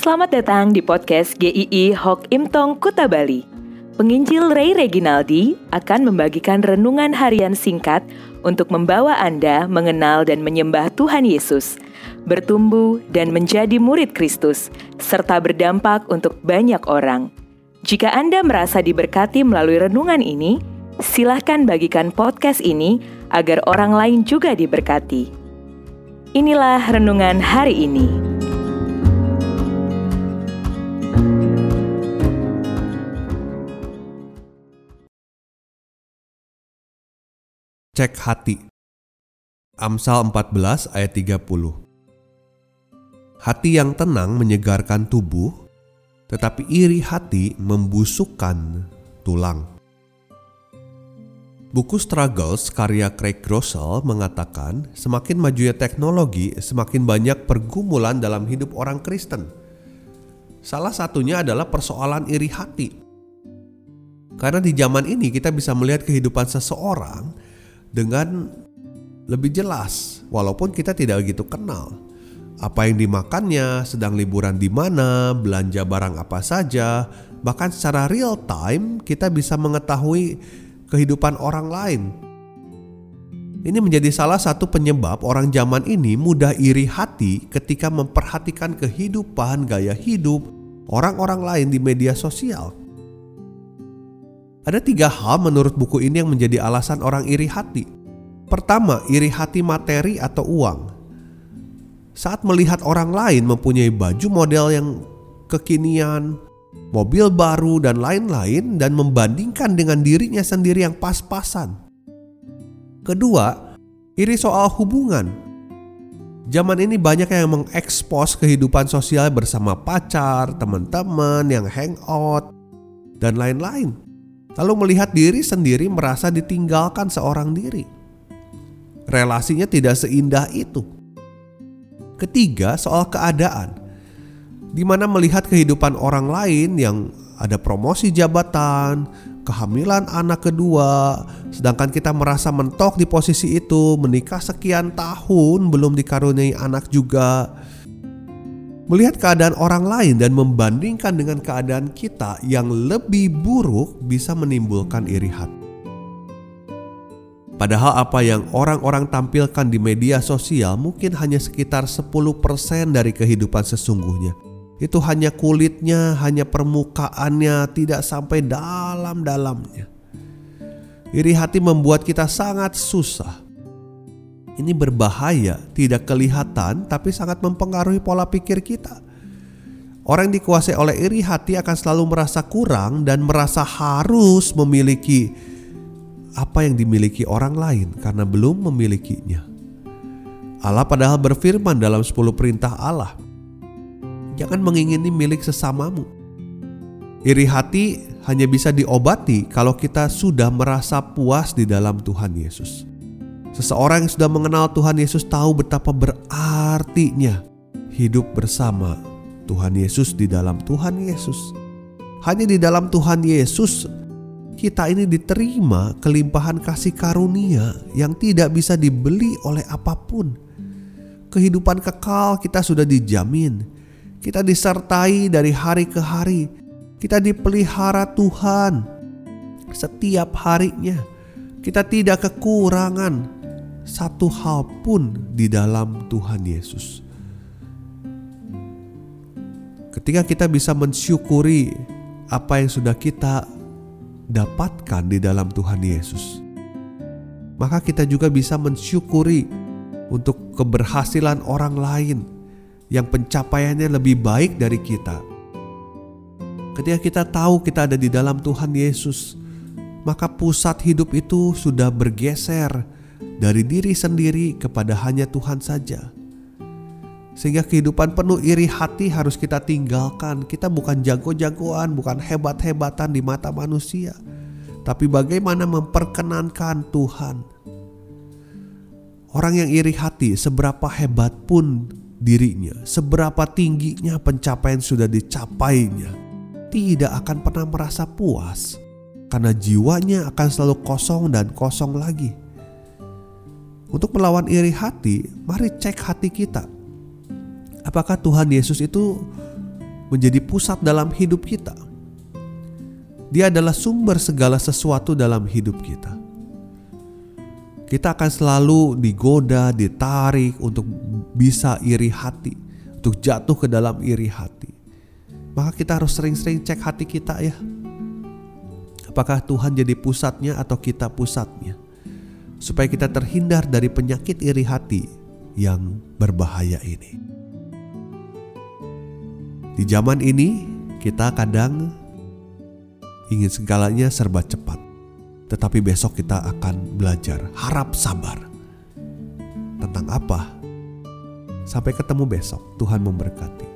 Selamat datang di podcast GII Hok Imtong Kuta Bali. Penginjil Ray Reginaldi akan membagikan renungan harian singkat untuk membawa Anda mengenal dan menyembah Tuhan Yesus, bertumbuh dan menjadi murid Kristus, serta berdampak untuk banyak orang. Jika Anda merasa diberkati melalui renungan ini, silahkan bagikan podcast ini agar orang lain juga diberkati. Inilah renungan hari ini. Cek hati. Amsal 14 ayat 30. Hati yang tenang menyegarkan tubuh, tetapi iri hati membusukkan tulang. Buku Struggles karya Craig Groeschel mengatakan semakin majunya teknologi, semakin banyak pergumulan dalam hidup orang Kristen. Salah satunya adalah persoalan iri hati. Karena di zaman ini kita bisa melihat kehidupan seseorang dengan lebih jelas, walaupun kita tidak begitu kenal. Apa yang dimakannya, sedang liburan di mana, belanja barang apa saja, bahkan secara real time kita bisa mengetahui kehidupan orang lain. Ini menjadi salah satu penyebab orang zaman ini mudah iri hati ketika memperhatikan kehidupan, gaya hidup orang-orang lain di media sosial. Ada 3 hal menurut buku ini yang menjadi alasan orang iri hati. Pertama, iri hati materi atau uang. Saat melihat orang lain mempunyai baju model yang kekinian, mobil baru dan lain-lain, dan membandingkan dengan dirinya sendiri yang pas-pasan. Kedua, iri soal hubungan. Zaman ini banyak yang mengekspos kehidupan sosial bersama pacar, teman-teman yang hangout, dan lain-lain. Lalu melihat diri sendiri merasa ditinggalkan seorang diri. Relasinya tidak seindah itu. Ketiga, soal keadaan. Di mana melihat kehidupan orang lain yang ada promosi jabatan, kehamilan anak kedua, sedangkan kita merasa mentok di posisi itu, menikah sekian tahun belum dikaruniai anak juga. Melihat keadaan orang lain dan membandingkan dengan keadaan kita yang lebih buruk bisa menimbulkan iri hati. Padahal apa yang orang-orang tampilkan di media sosial mungkin hanya sekitar 10% dari kehidupan sesungguhnya. Itu hanya kulitnya, hanya permukaannya, tidak sampai dalam-dalamnya. Iri hati membuat kita sangat susah. Ini berbahaya, tidak kelihatan tapi sangat mempengaruhi pola pikir kita. Orang yang dikuasai oleh iri hati akan selalu merasa kurang dan merasa harus memiliki apa yang dimiliki orang lain karena belum memilikinya. Allah padahal berfirman dalam 10 perintah Allah, jangan mengingini milik sesamamu. Iri hati hanya bisa diobati kalau kita sudah merasa puas di dalam Tuhan Yesus. Seseorang yang sudah mengenal Tuhan Yesus tahu betapa berartinya hidup bersama Tuhan Yesus di dalam Tuhan Yesus. Hanya di dalam Tuhan Yesus kita ini diterima kelimpahan kasih karunia yang tidak bisa dibeli oleh apapun. Kehidupan kekal kita sudah dijamin. Kita disertai dari hari ke hari. Kita dipelihara Tuhan setiap harinya. Kita tidak kekurangan satu hal pun di dalam Tuhan Yesus. Ketika kita bisa mensyukuri apa yang sudah kita dapatkan di dalam Tuhan Yesus, maka kita juga bisa mensyukuri untuk keberhasilan orang lain yang pencapaiannya lebih baik dari kita. Ketika kita tahu kita ada di dalam Tuhan Yesus, maka pusat hidup itu sudah bergeser dari diri sendiri kepada hanya Tuhan saja. Sehingga kehidupan penuh iri hati harus kita tinggalkan. Kita bukan jago-jagoan, bukan hebat-hebatan di mata manusia, tapi bagaimana memperkenankan Tuhan. Orang yang iri hati, seberapa hebat pun dirinya, seberapa tingginya pencapaian sudah dicapainya, tidak akan pernah merasa puas, karena jiwanya akan selalu kosong dan kosong lagi. Untuk melawan iri hati, mari cek hati kita. Apakah Tuhan Yesus itu menjadi pusat dalam hidup kita. Dia adalah sumber segala sesuatu dalam hidup kita. Kita akan selalu digoda, ditarik untuk bisa iri hati, untuk jatuh ke dalam iri hati. Maka kita harus sering-sering cek hati kita ya. Apakah Tuhan jadi pusatnya atau kita pusatnya? Supaya kita terhindar dari penyakit iri hati yang berbahaya ini. Di zaman ini kita kadang ingin segalanya serba cepat. Tetapi besok kita akan belajar harap sabar. Tentang apa? Sampai ketemu besok. Tuhan memberkati.